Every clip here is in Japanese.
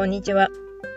こんにちは。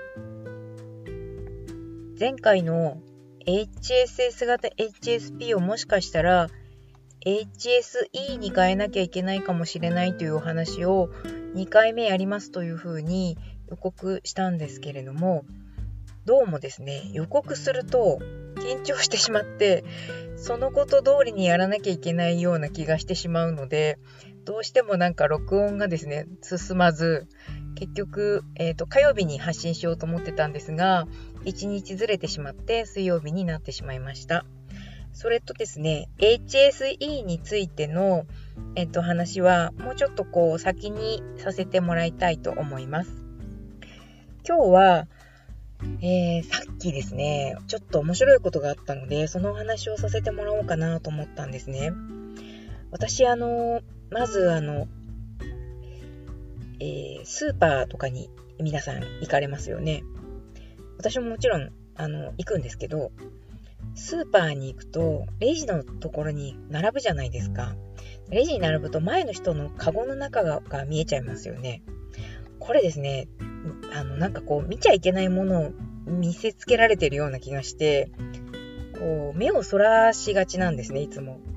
前回の HSS 型 HSP をもしかしたら HSE に変えなきゃいけないかもしれないというお話を2回目やりますというふうに予告したんですけれども、どうもですね、予告すると緊張してしまって、そのこと通りにやらなきゃいけないような気がしてしまうので、どうしても録音がですね、進まず、結局、火曜日に発信しようと思ってたんですが、1日ずれてしまって水曜日になってしまいました。それとですね、HSE についての、話はもうちょっと先にさせてもらいたいと思います。今日は、さっきですね、ちょっと面白いことがあったので、そのお話をさせてもらおうかなと思ったんですね。私、まずスーパーとかに皆さん行かれますよね。私ももちろん行くんですけど、スーパーに行くとレジのところに並ぶじゃないですか。レジに並ぶと前の人のカゴの中が見えちゃいますよね。これですね、見ちゃいけないものを見せつけられてるような気がして、目をそらしがちなんですね、いつも。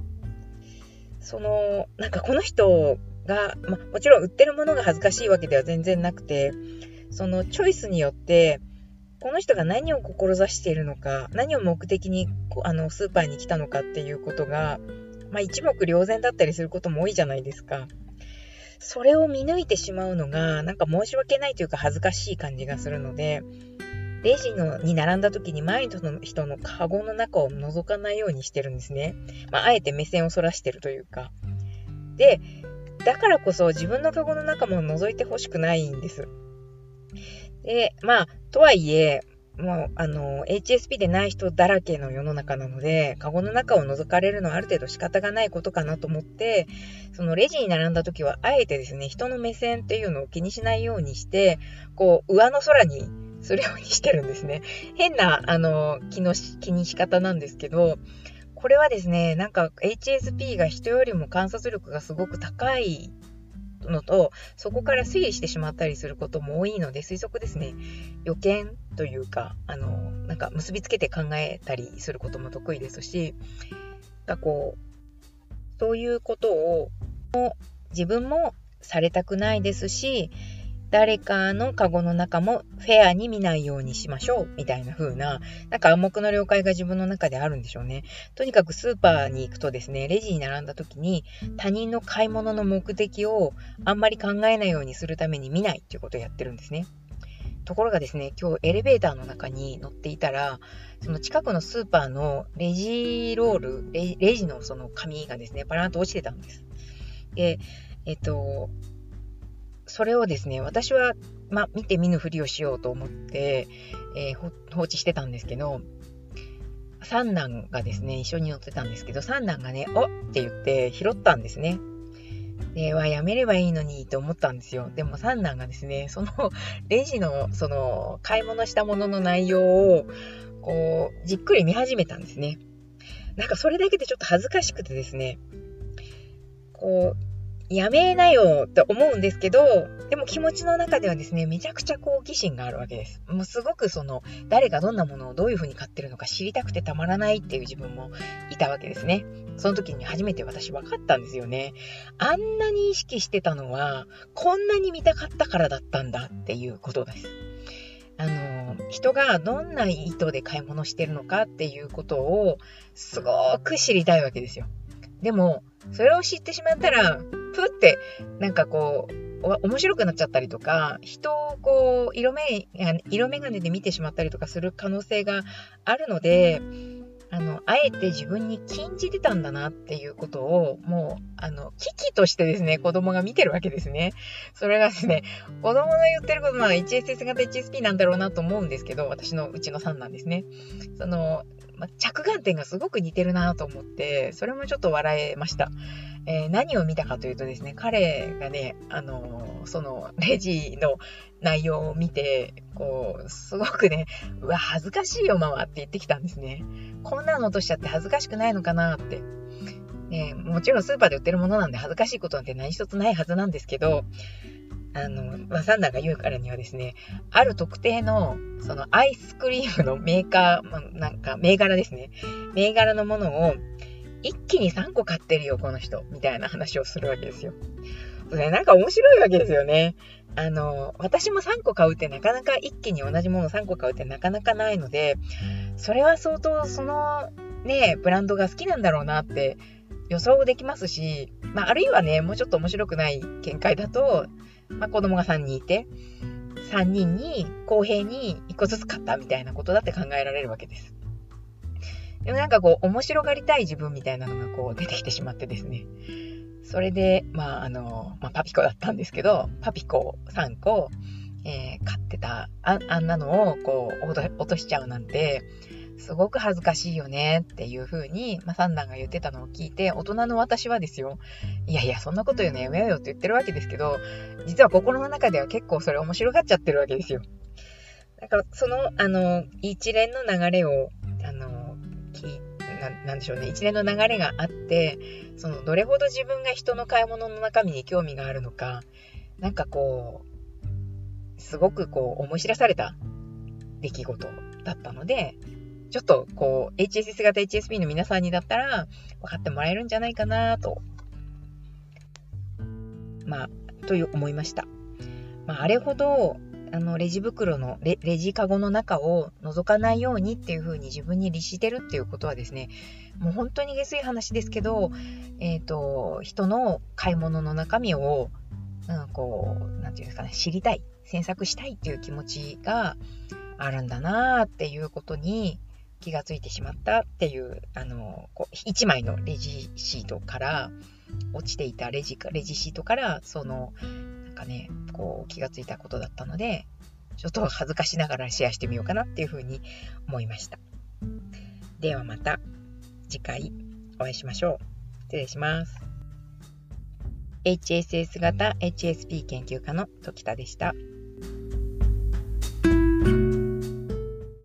この人が、もちろん売ってるものが恥ずかしいわけでは全然なくて、そのチョイスによってこの人が何を志しているのか、何を目的にスーパーに来たのかっていうことが、一目瞭然だったりすることも多いじゃないですか。それを見抜いてしまうのが申し訳ないというか恥ずかしい感じがするので、レジに並んだ時に前の人のカゴの中を覗かないようにしてるんですね。あえて目線をそらしてるというか。で、だからこそ自分のカゴの中も覗いてほしくないんです。で、とはいえ、もうHSP でない人だらけの世の中なので、カゴの中を覗かれるのはある程度仕方がないことかなと思って、そのレジに並んだ時はあえてですね、人の目線っていうのを気にしないようにして、上の空にするようにしてるんですね。変な気にし方なんですけど、これはですね、HSP が人よりも観察力がすごく高いのと、そこから推理してしまったりすることも多いので、推測ですね。予見というか、結びつけて考えたりすることも得意ですし、そういうことを自分もされたくないですし、誰かのカゴの中もフェアに見ないようにしましょうみたいな風な暗黙の了解が自分の中であるんでしょうね。とにかくスーパーに行くとですね、レジに並んだ時に他人の買い物の目的をあんまり考えないようにするために見ないっていうことをやってるんですね。ところがですね、今日エレベーターの中に乗っていたら、その近くのスーパーのレジロール、レジのその紙がですね、パランと落ちてたんです。で、それをですね、私は、見て見ぬふりをしようと思って、放置してたんですけど、三男がですね、一緒に乗ってたんですけど、三男がね、おって言って拾ったんですね。で、やめればいいのにと思ったんですよ。でも三男がですね、そのレジの買い物したものの内容をじっくり見始めたんですね。それだけでちょっと恥ずかしくてですね、やめなよって思うんですけど、でも気持ちの中ではですね、めちゃくちゃ好奇心があるわけです。もうすごく誰がどんなものをどういう風に買ってるのか知りたくてたまらないっていう自分もいたわけですね。その時に初めて私分かったんですよね。あんなに意識してたのは、こんなに見たかったからだったんだっていうことです。人がどんな意図で買い物してるのかっていうことをすごく知りたいわけですよ。でも、それを知ってしまったら、ふって面白くなっちゃったりとか、人を色眼鏡で見てしまったりとかする可能性があるので、あえて自分に禁じてたんだなっていうことを、もう、危機としてですね、子供が見てるわけですね。それがですね、子供の言ってることは HSS 型 HSP なんだろうなと思うんですけど、私のうちの3なんですね。着眼点がすごく似てるなと思って、それもちょっと笑えました。何を見たかというとですね、彼がね、そのレジの内容を見て、すごくね、うわ、恥ずかしいよママって言ってきたんですね。こんなの落としちゃって恥ずかしくないのかなって。もちろんスーパーで売ってるものなんで恥ずかしいことなんて何一つないはずなんですけど、 サンダーが言うからにはですね、ある特定の、そのアイスクリームのメーカー、なんか銘柄ですね。銘柄のものを一気に3個買ってるよ、この人。みたいな話をするわけですよ。なんか面白いわけですよね。私も3個買うってなかなか一気に同じもの3個買うってなかなかないので、それは相当そのね、ブランドが好きなんだろうなって予想できますし、あるいはね、もうちょっと面白くない見解だと、子供が3人いて、3人に公平に1個ずつ買ったみたいなことだって考えられるわけです。でもなんか面白がりたい自分みたいなのが出てきてしまってですね。それで、パピコだったんですけど、パピコ3個、買ってた、あんなのを落としちゃうなんて、すごく恥ずかしいよねっていう風に、サンダーが言ってたのを聞いて、大人の私はですよ、いやいや、そんなこと言うのやめようよって言ってるわけですけど、実は心の中では結構それ面白がっちゃってるわけですよ。だから、その、一連の流れを、なんでしょうね、一連の流れがあって、どれほど自分が人の買い物の中身に興味があるのか、なんかすごく思い知らされた出来事だったので、ちょっとHSS 型 HSP の皆さんにだったら分かってもらえるんじゃないかなと、と思いました。あれほどレジ袋のレジカゴの中を覗かないようにっていう風に自分に律してるっていうことはですね、もう本当に下水話ですけど、人の買い物の中身を、なんていうんですかね、知りたい、詮索したいっていう気持ちがあるんだなっていうことに気がついてしまったっていう、1枚のレジシートから落ちていたレジシートから気がついたことだったので、ちょっと恥ずかしながらシェアしてみようかなっていうふうに思いました。ではまた次回お会いしましょう。失礼します。HSS 型 HSP 研究家の時田でした。